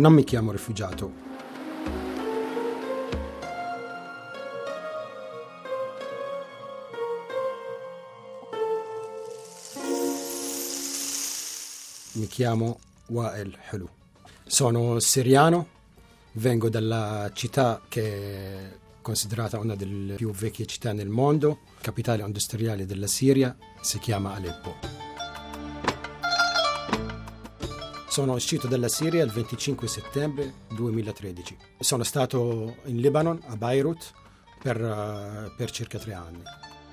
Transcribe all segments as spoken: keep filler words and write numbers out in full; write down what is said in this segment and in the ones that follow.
Non mi chiamo rifugiato. Mi chiamo Wael Hulu. Sono siriano, vengo dalla città che è considerata una delle più vecchie città nel mondo, capitale industriale della Siria, si chiama Aleppo. Sono uscito dalla Siria il venticinque settembre duemilatredici. Sono stato in Libano, a Beirut, per, uh, per circa tre anni.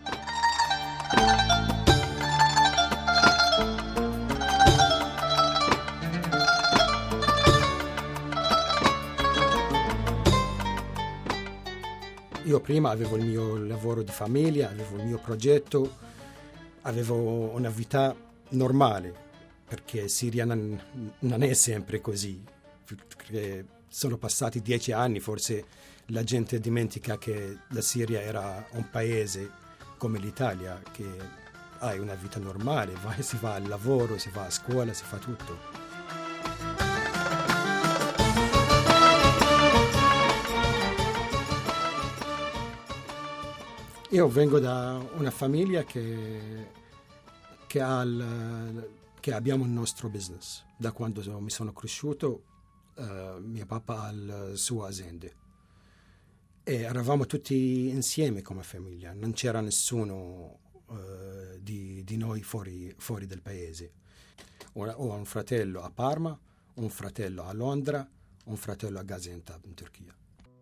Io prima avevo il mio lavoro di famiglia, avevo il mio progetto, avevo una vita normale. Perché Siria non, non è sempre così, perché sono passati dieci anni, forse la gente dimentica che la Siria era un paese come l'Italia, che ha una vita normale, va, si va al lavoro, si va a scuola, si fa tutto. Io vengo da una famiglia che, che ha il... che abbiamo il nostro business. Da quando mi sono cresciuto, uh, mio papà ha le sue aziende e eravamo tutti insieme come famiglia, non c'era nessuno uh, di, di noi fuori, fuori del paese. Ho un fratello a Parma, un fratello a Londra, un fratello a Gaziantep in Turchia.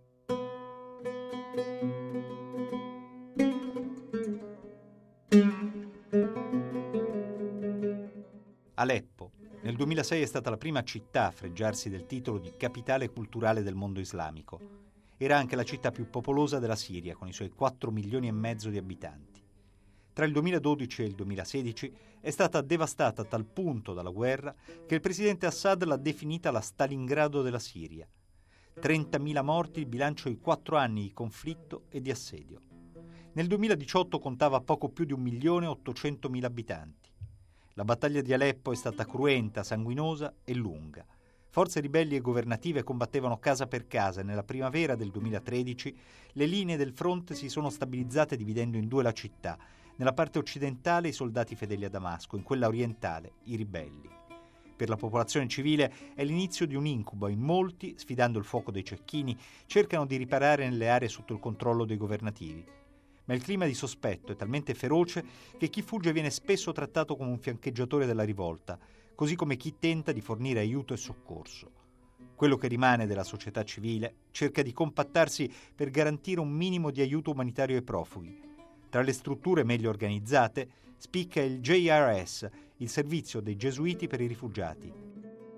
Aleppo nel duemilasei è stata la prima città a fregiarsi del titolo di capitale culturale del mondo islamico. Era anche la città più popolosa della Siria, con i suoi quattro milioni e mezzo di abitanti. Tra il duemiladodici e il duemilasedici è stata devastata a tal punto dalla guerra che il presidente Assad l'ha definita la Stalingrado della Siria. trentamila morti il bilancio di quattro anni di conflitto e di assedio. Nel duemiladiciotto contava poco più di un milione e ottocentomila abitanti. La battaglia di Aleppo è stata cruenta, sanguinosa e lunga. Forze ribelli e governative combattevano casa per casa e nella primavera del duemilatredici le linee del fronte si sono stabilizzate dividendo in due la città. Nella parte occidentale i soldati fedeli a Damasco, in quella orientale i ribelli. Per la popolazione civile è l'inizio di un incubo. In molti, sfidando il fuoco dei cecchini, cercano di riparare nelle aree sotto il controllo dei governativi. Ma il clima di sospetto è talmente feroce che chi fugge viene spesso trattato come un fiancheggiatore della rivolta, così come chi tenta di fornire aiuto e soccorso. Quello che rimane della società civile cerca di compattarsi per garantire un minimo di aiuto umanitario ai profughi. Tra le strutture meglio organizzate spicca il J R S, il servizio dei gesuiti per i rifugiati.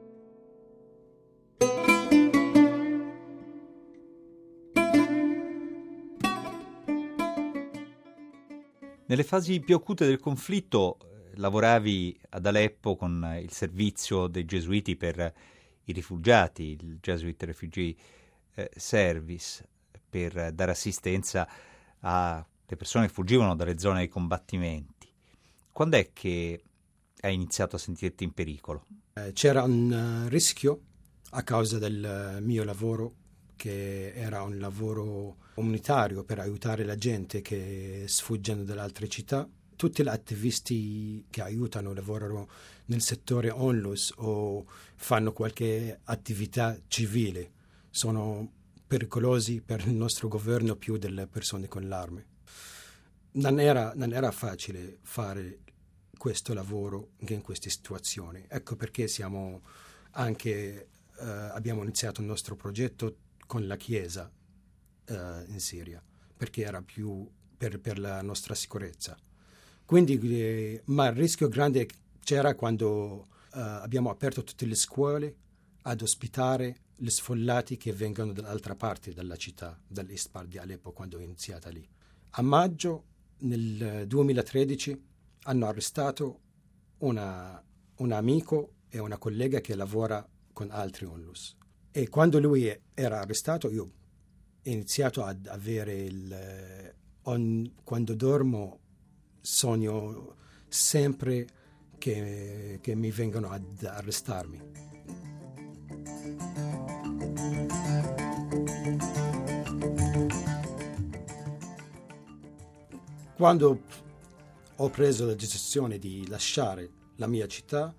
Nelle fasi più acute del conflitto eh, lavoravi ad Aleppo con il servizio dei gesuiti per i rifugiati, il Jesuit Refugee eh, Service, per dare assistenza alle persone che fuggivano dalle zone dei combattimenti. Quando è che hai iniziato a sentirti in pericolo? Eh, c'era un uh, rischio a causa del uh, mio lavoro, che era un lavoro comunitario per aiutare la gente che sfuggono dalle altre città. Tutti gli attivisti che aiutano lavorano nel settore onlus o fanno qualche attività civile. Sono pericolosi per il nostro governo più delle persone con l'arme. Non era, non era facile fare questo lavoro in queste situazioni. Ecco perché siamo anche, eh, abbiamo iniziato il nostro progetto con la Chiesa uh, in Siria, perché era più per, per la nostra sicurezza. Quindi, eh, ma il rischio grande c'era quando uh, abbiamo aperto tutte le scuole ad ospitare gli sfollati che vengono dall'altra parte della città, dall'Est Part di Aleppo, quando è iniziata lì. A maggio nel duemilatredici hanno arrestato una, un amico e una collega che lavora con altri onlus. E quando lui era arrestato io ho iniziato ad avere il... On, quando dormo sogno sempre che, che mi vengono ad arrestarmi. Quando ho preso la decisione di lasciare la mia città,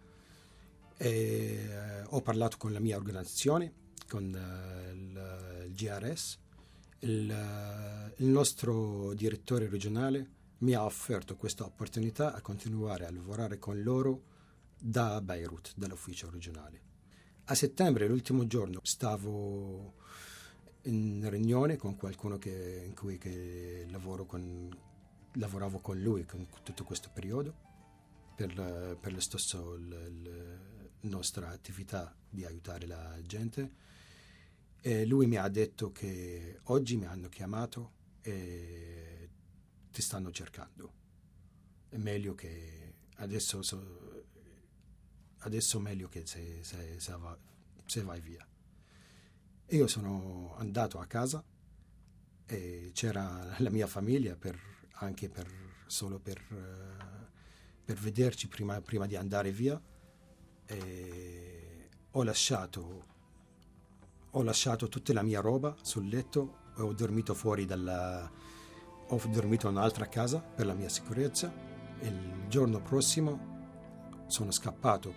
eh, ho parlato con la mia organizzazione, con uh, il, il G R S. Il, uh, il nostro direttore regionale mi ha offerto questa opportunità a continuare a lavorare con loro da Beirut, dall'ufficio regionale. A settembre, l'ultimo giorno, stavo in riunione con qualcuno che, in cui che lavoro con, lavoravo con lui con tutto questo periodo per, per lo stesso la nostra attività di aiutare la gente. E lui mi ha detto che oggi mi hanno chiamato e ti stanno cercando. È meglio che adesso, adesso meglio che se, se, se, va, se vai via. E io sono andato a casa e c'era la mia famiglia per, anche per, solo per, per vederci prima, prima di andare via. E ho lasciato Ho lasciato tutta la mia roba sul letto e ho dormito fuori dalla... ho dormito in un'altra casa per la mia sicurezza e il giorno prossimo sono scappato.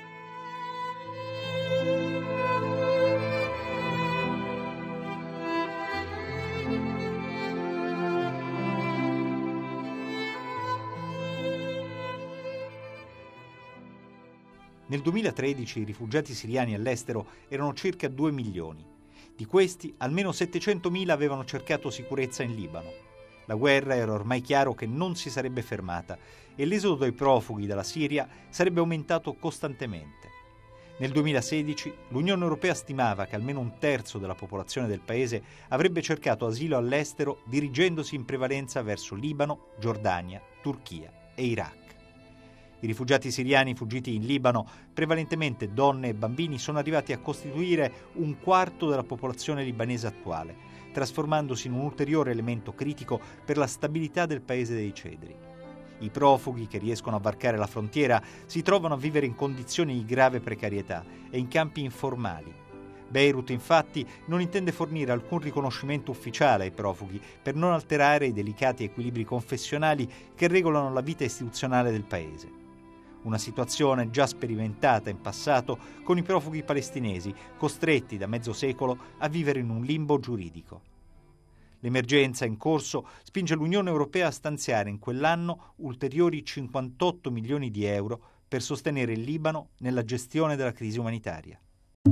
Nel duemilatredici i rifugiati siriani all'estero erano circa due milioni. Di questi, almeno settecentomila avevano cercato sicurezza in Libano. La guerra era ormai chiaro che non si sarebbe fermata e l'esodo dei profughi dalla Siria sarebbe aumentato costantemente. Nel duemilasedici l'Unione Europea stimava che almeno un terzo della popolazione del paese avrebbe cercato asilo all'estero dirigendosi in prevalenza verso Libano, Giordania, Turchia e Iraq. I rifugiati siriani fuggiti in Libano, prevalentemente donne e bambini, sono arrivati a costituire un quarto della popolazione libanese attuale, trasformandosi in un ulteriore elemento critico per la stabilità del paese dei cedri. I profughi che riescono a varcare la frontiera si trovano a vivere in condizioni di grave precarietà e in campi informali. Beirut, infatti, non intende fornire alcun riconoscimento ufficiale ai profughi per non alterare i delicati equilibri confessionali che regolano la vita istituzionale del paese. Una situazione già sperimentata in passato con i profughi palestinesi, costretti da mezzo secolo a vivere in un limbo giuridico. L'emergenza in corso spinge l'Unione Europea a stanziare in quell'anno ulteriori cinquantotto milioni di euro per sostenere il Libano nella gestione della crisi umanitaria.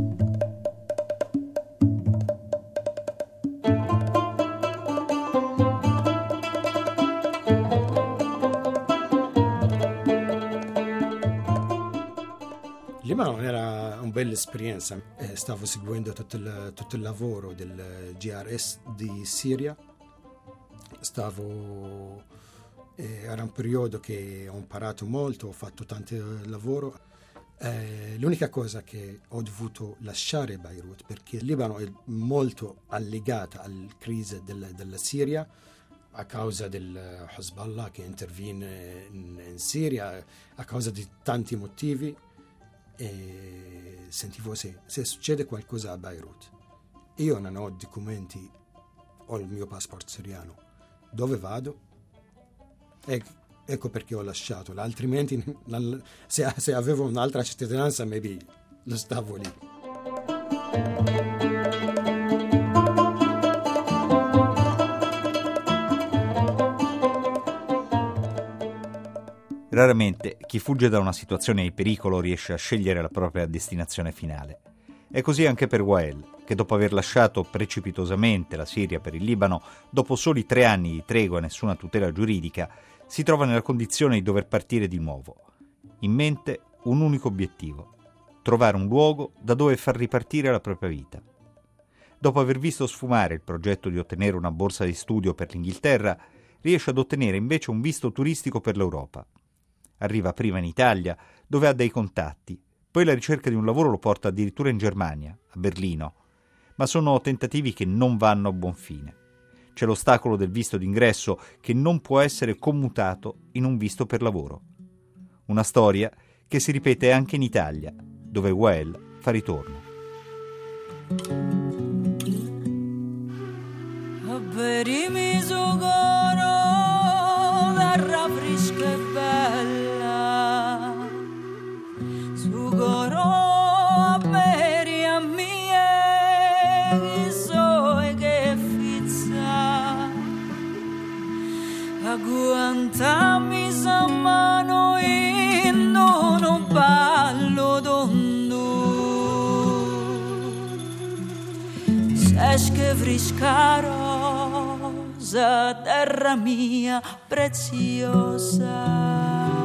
Libano era una bella esperienza, eh, stavo seguendo tutto il, tutto il lavoro del G R S di Siria, stavo, eh, era un periodo che ho imparato molto, ho fatto tanto lavoro. Eh, l'unica cosa che ho dovuto lasciare Beirut perché il Libano è molto allegata alla crisi del, della Siria a causa del Hezbollah che interviene in, in Siria, a causa di tanti motivi. E sentivo se, se succede qualcosa a Beirut, io non ho documenti, ho il mio passport siriano, dove vado? E, ecco perché ho lasciato, altrimenti se, se avevo un'altra cittadinanza maybe lo stavo lì. Raramente chi fugge da una situazione di pericolo riesce a scegliere la propria destinazione finale. È così anche per Wael, che dopo aver lasciato precipitosamente la Siria per il Libano, dopo soli tre anni di tregua e nessuna tutela giuridica, si trova nella condizione di dover partire di nuovo. In mente un unico obiettivo: trovare un luogo da dove far ripartire la propria vita. Dopo aver visto sfumare il progetto di ottenere una borsa di studio per l'Inghilterra, riesce ad ottenere invece un visto turistico per l'Europa. Arriva prima in Italia, dove ha dei contatti, poi la ricerca di un lavoro lo porta addirittura in Germania, a Berlino, ma sono tentativi che non vanno a buon fine. C'è l'ostacolo del visto d'ingresso che non può essere commutato in un visto per lavoro. Una storia che si ripete anche in Italia, dove Wael fa ritorno. Haberi mi zugoro Aguantami sa mano in non ballo dondu Se che frisca rosa terra mia preziosa.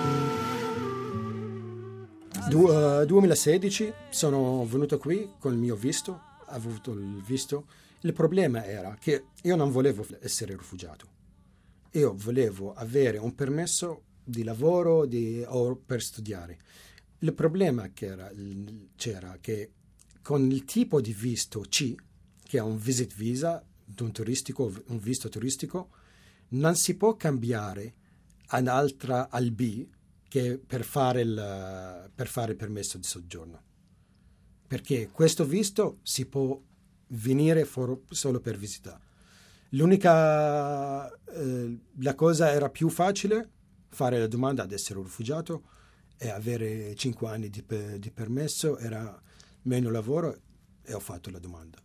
Du- uh, duemilasedici sono venuto qui con il mio visto, ho avuto il visto. Il problema era che io non volevo essere rifugiato, io volevo avere un permesso di lavoro di, o per studiare. Il problema che era, c'era che con il tipo di visto C, che è un visit visa, un, turistico, un visto turistico, non si può cambiare ad altra al B che per fare il, per fare il permesso di soggiorno, perché questo visto si può venire for, solo per visitare. L'unica eh, la cosa era più facile fare la domanda ad essere un rifugiato e avere cinque anni di, di permesso, era meno lavoro e ho fatto la domanda.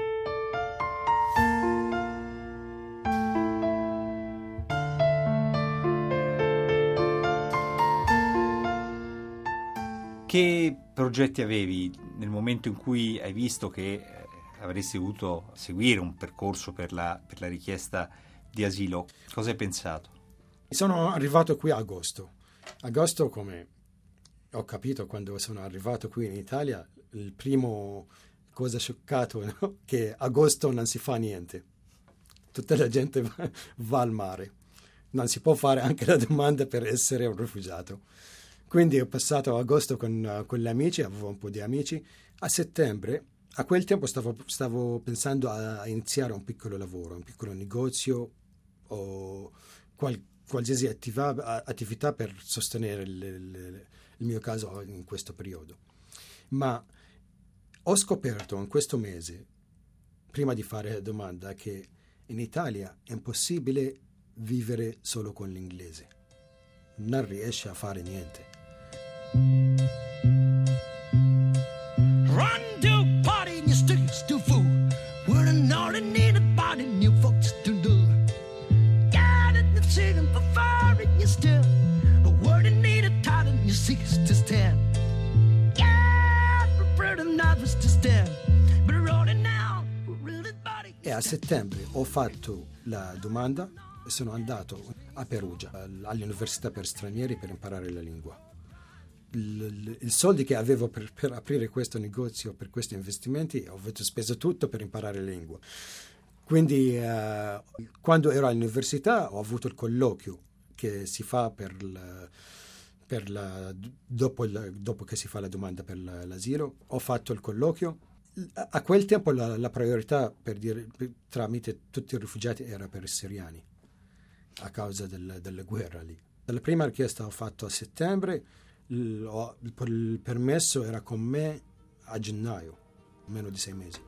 Che progetti avevi nel momento in cui hai visto che eh, avresti dovuto seguire un percorso per la, per la richiesta di asilo? Cosa hai pensato? Sono arrivato qui a agosto. Agosto, come ho capito quando sono arrivato qui in Italia, il primo cosa scioccato, no? Che agosto non si fa niente. Tutta la gente va, va al mare. Non si può fare anche la domanda per essere un rifugiato. Quindi ho passato agosto con, con gli amici, avevo un po' di amici. A settembre, a quel tempo stavo, stavo pensando a iniziare un piccolo lavoro, un piccolo negozio o qual, qualsiasi attiva, attività per sostenere il, il, il mio caso in questo periodo. Ma ho scoperto in questo mese, prima di fare la domanda, che in Italia è impossibile vivere solo con l'inglese. Non riesce a fare niente. Run to party in your streets to food. We're an all in need of body new folks to do. Got it the sitting for far in your still. But we're in need of tight in your seats to stand. Yeah, we're pretty nervous to stand. But rolling now, we're really body. E a settembre ho fatto la domanda e sono andato a Perugia, all'università per stranieri, per imparare la lingua. I soldi che avevo per, per aprire questo negozio, per questi investimenti, ho speso tutto per imparare la lingua. Quindi eh, quando ero all'università ho avuto il colloquio che si fa per la, per la, dopo, il, dopo che si fa la domanda per la, l'asilo. Ho fatto il colloquio. A quel tempo la, la priorità per dire, per, tramite tutti i rifugiati era per i siriani a causa del, della guerra lì. La prima richiesta ho fatto a settembre. Il, il permesso era con me a gennaio, meno di sei mesi.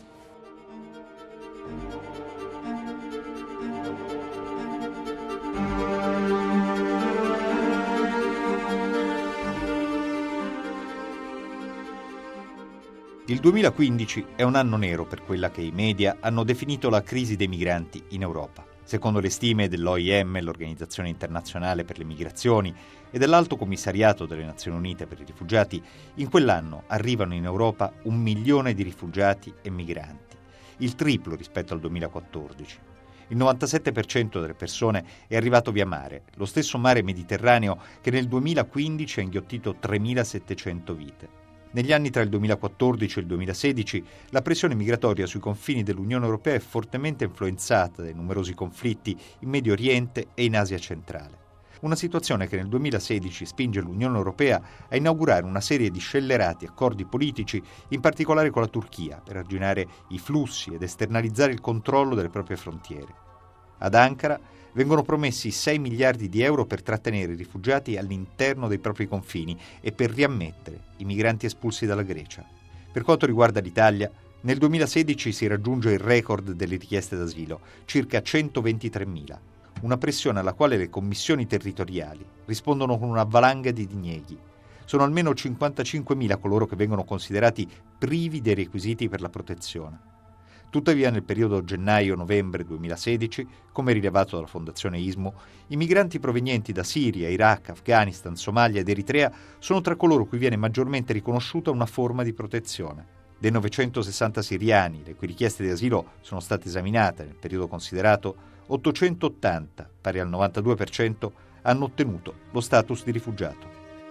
Il duemilaquindici è un anno nero per quella che i media hanno definito la crisi dei migranti in Europa. Secondo le stime dell'O I M, l'Organizzazione Internazionale per le Migrazioni, e dell'Alto Commissariato delle Nazioni Unite per i Rifugiati, in quell'anno arrivano in Europa un milione di rifugiati e migranti, il triplo rispetto al duemilaquattordici. Il novantasette per cento delle persone è arrivato via mare, lo stesso mare Mediterraneo che nel duemilaquindici ha inghiottito tremilasettecento vite. Negli anni tra il duemilaquattordici e il duemilasedici la pressione migratoria sui confini dell'Unione Europea è fortemente influenzata dai numerosi conflitti in Medio Oriente e in Asia centrale. Una situazione che nel duemilasedici spinge l'Unione Europea a inaugurare una serie di scellerati accordi politici, in particolare con la Turchia, per arginare i flussi ed esternalizzare il controllo delle proprie frontiere. Ad Ankara vengono promessi sei miliardi di euro per trattenere i rifugiati all'interno dei propri confini e per riammettere i migranti espulsi dalla Grecia. Per quanto riguarda l'Italia, nel duemilasedici si raggiunge il record delle richieste d'asilo, circa centoventitremila, una pressione alla quale le commissioni territoriali rispondono con una valanga di dinieghi. Sono almeno cinquantacinquemila coloro che vengono considerati privi dei requisiti per la protezione. Tuttavia, nel periodo gennaio-novembre duemilasedici, come rilevato dalla Fondazione ISMO, i migranti provenienti da Siria, Iraq, Afghanistan, Somalia ed Eritrea sono tra coloro cui viene maggiormente riconosciuta una forma di protezione. Dei novecentosessanta siriani, le cui richieste di asilo sono state esaminate nel periodo considerato, ottocentottanta, pari al novantadue per cento, hanno ottenuto lo status di rifugiato.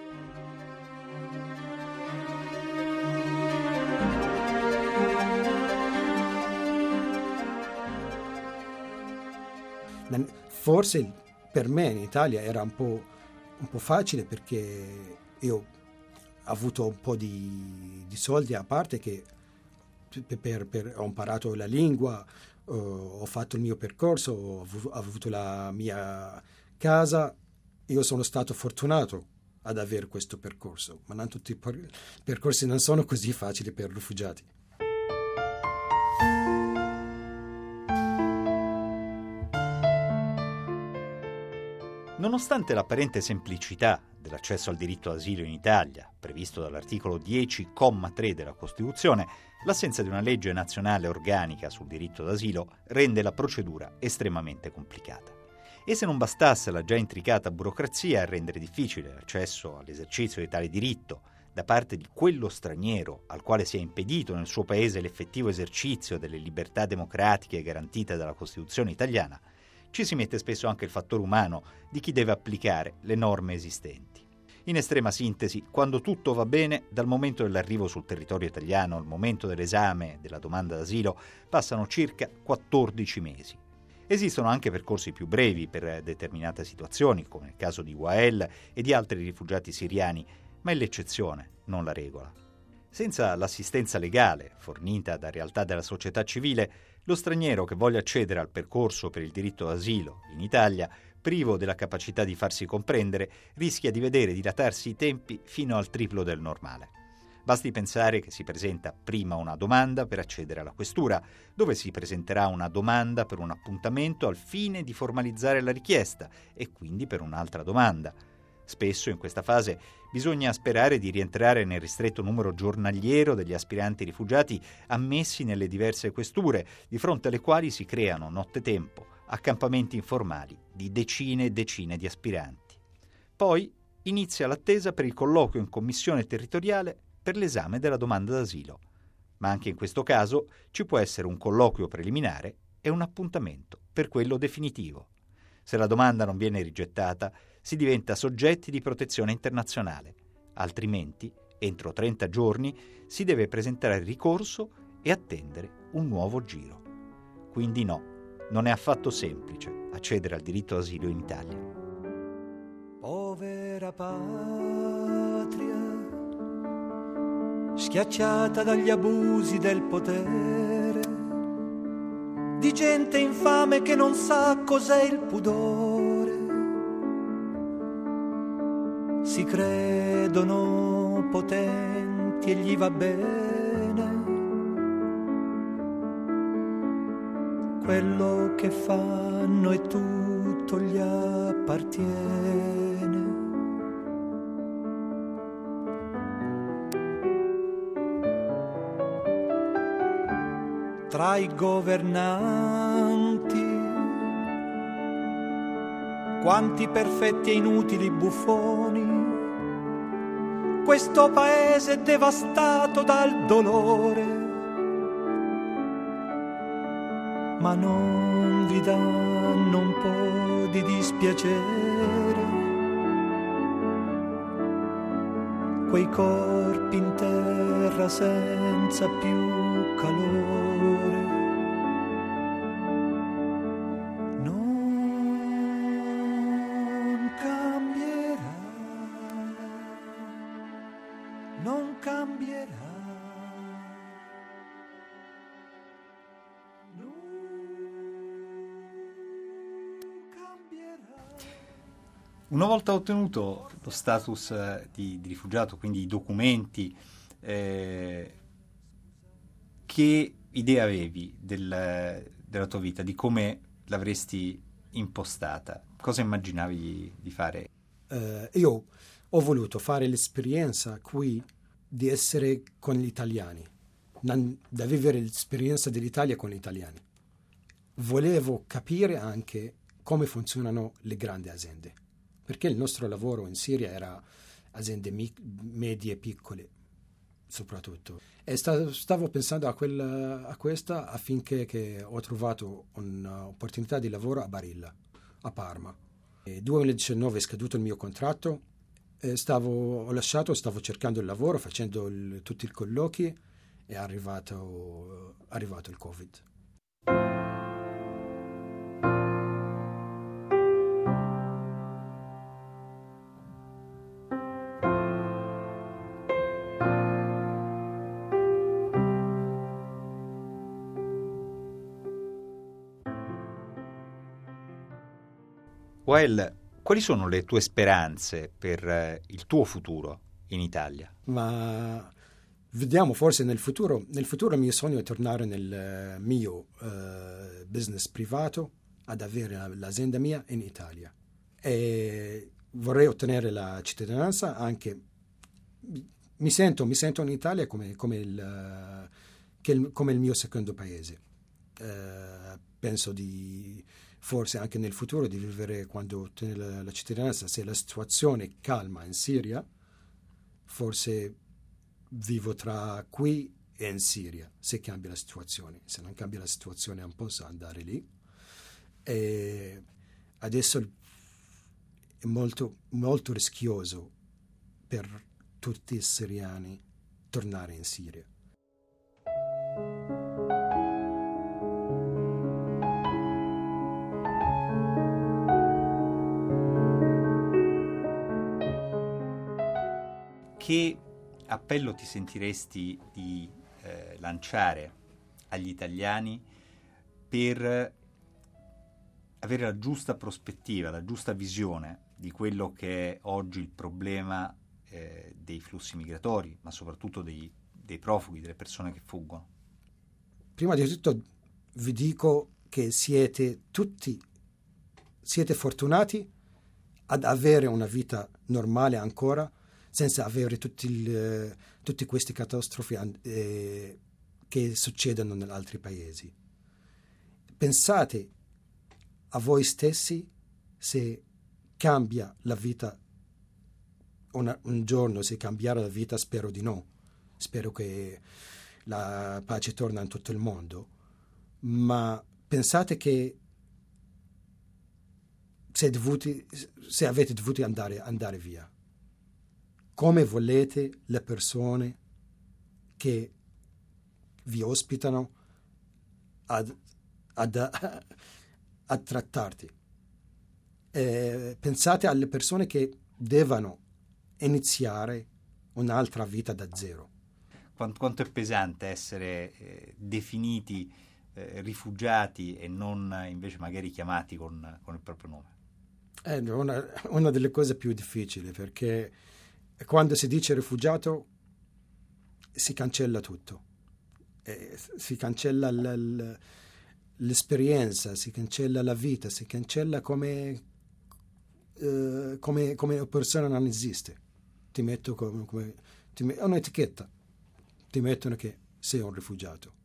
Forse per me in Italia era un po', un po' facile, perché io ho avuto un po' di, di soldi a parte, che per, per, ho imparato la lingua, uh, ho fatto il mio percorso, ho avuto, ho avuto la mia casa. Io sono stato fortunato ad avere questo percorso, ma non tutti i per- percorsi non sono così facili per rifugiati. Nonostante l'apparente semplicità dell'accesso al diritto d'asilo in Italia, previsto dall'articolo dieci, comma tre della Costituzione, l'assenza di una legge nazionale organica sul diritto d'asilo rende la procedura estremamente complicata. E se non bastasse la già intricata burocrazia a rendere difficile l'accesso all'esercizio di tale diritto da parte di quello straniero al quale sia impedito nel suo paese l'effettivo esercizio delle libertà democratiche garantite dalla Costituzione italiana, ci si mette spesso anche il fattore umano di chi deve applicare le norme esistenti. In estrema sintesi, quando tutto va bene, dal momento dell'arrivo sul territorio italiano al momento dell'esame della domanda d'asilo passano circa quattordici mesi. Esistono anche percorsi più brevi per determinate situazioni, come nel caso di Wael e di altri rifugiati siriani, ma è l'eccezione, non la regola. Senza l'assistenza legale fornita da realtà della società civile, lo straniero che voglia accedere al percorso per il diritto d'asilo in Italia, privo della capacità di farsi comprendere, rischia di vedere dilatarsi i tempi fino al triplo del normale. Basti pensare che si presenta prima una domanda per accedere alla questura, dove si presenterà una domanda per un appuntamento al fine di formalizzare la richiesta e quindi per un'altra domanda. Spesso in questa fase bisogna sperare di rientrare nel ristretto numero giornaliero degli aspiranti rifugiati ammessi nelle diverse questure, di fronte alle quali si creano nottetempo accampamenti informali di decine e decine di aspiranti. Poi inizia l'attesa per il colloquio in commissione territoriale per l'esame della domanda d'asilo. Ma anche in questo caso ci può essere un colloquio preliminare e un appuntamento per quello definitivo. Se la domanda non viene rigettata, si diventa soggetti di protezione internazionale, altrimenti, entro trenta giorni, si deve presentare il ricorso e attendere un nuovo giro. Quindi no, non è affatto semplice accedere al diritto d'asilo in Italia. Povera patria, schiacciata dagli abusi del potere, di gente infame che non sa cos'è il pudore. Si credono potenti e gli va bene quello che fanno e tutto gli appartiene. Tra i governanti, quanti perfetti e inutili buffoni, questo paese è devastato dal dolore, ma non vi danno un po' di dispiacere quei corpi in terra senza più calore. Non cambierà, non cambierà. Una volta ottenuto lo status eh, di, di rifugiato, quindi i documenti, eh, che idea avevi del, della tua vita, di come l'avresti impostata? Cosa immaginavi di fare? Uh, io ho voluto fare l'esperienza qui di essere con gli italiani, da vivere l'esperienza dell'Italia con gli italiani. Volevo capire anche come funzionano le grandi aziende, perché il nostro lavoro in Siria era aziende mi- medie e piccole soprattutto. E sta- stavo pensando a, quella, a questa affinché che ho trovato un'opportunità di lavoro a Barilla, a Parma. Nel duemiladiciannove è scaduto il mio contratto, e stavo, ho lasciato, stavo cercando il lavoro, facendo il, tutti i colloqui, è arrivato, è arrivato il Covid. Wael, quali sono le tue speranze per eh, il tuo futuro in Italia? Ma vediamo, forse nel futuro, nel futuro il mio sogno è tornare nel mio uh, business privato, ad avere l'azienda mia in Italia. E vorrei ottenere la cittadinanza anche, mi sento, mi sento in Italia come, come, il, che il, come il mio secondo paese. Uh, penso di forse anche nel futuro di vivere, quando ottenere la, la cittadinanza, se la situazione calma in Siria, forse vivo tra qui e in Siria, se cambia la situazione. Se non cambia la situazione non posso andare lì. E adesso è molto, molto rischioso per tutti i siriani tornare in Siria. Che appello ti sentiresti di eh, lanciare agli italiani per avere la giusta prospettiva, la giusta visione di quello che è oggi il problema eh, dei flussi migratori, ma soprattutto dei, dei profughi, delle persone che fuggono? Prima di tutto vi dico che siete tutti, siete fortunati ad avere una vita normale ancora, senza avere tutti, il, tutti questi catastrofi eh, che succedono negli altri paesi. Pensate a voi stessi se cambia la vita, una, un giorno se cambiare la vita, spero di no. Spero che la pace torna in tutto il mondo, ma pensate che se, dovuti, se avete dovuto andare, andare via, come volete le persone che vi ospitano ad, ad, a trattarti? Eh, pensate alle persone che devono iniziare un'altra vita da zero. Quanto, quanto è pesante essere eh, definiti eh, rifugiati e non invece magari chiamati con, con il proprio nome? È una, una delle cose più difficili, perché quando si dice rifugiato si cancella tutto, eh, si cancella l, l, l'esperienza, si cancella la vita, si cancella come, eh, come, come una persona non esiste. Ti metto come, come ti met- un'etichetta, ti mettono che sei un rifugiato.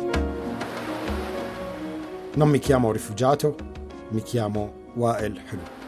Non mi chiamo rifugiato, mi chiamo Wael Hulu.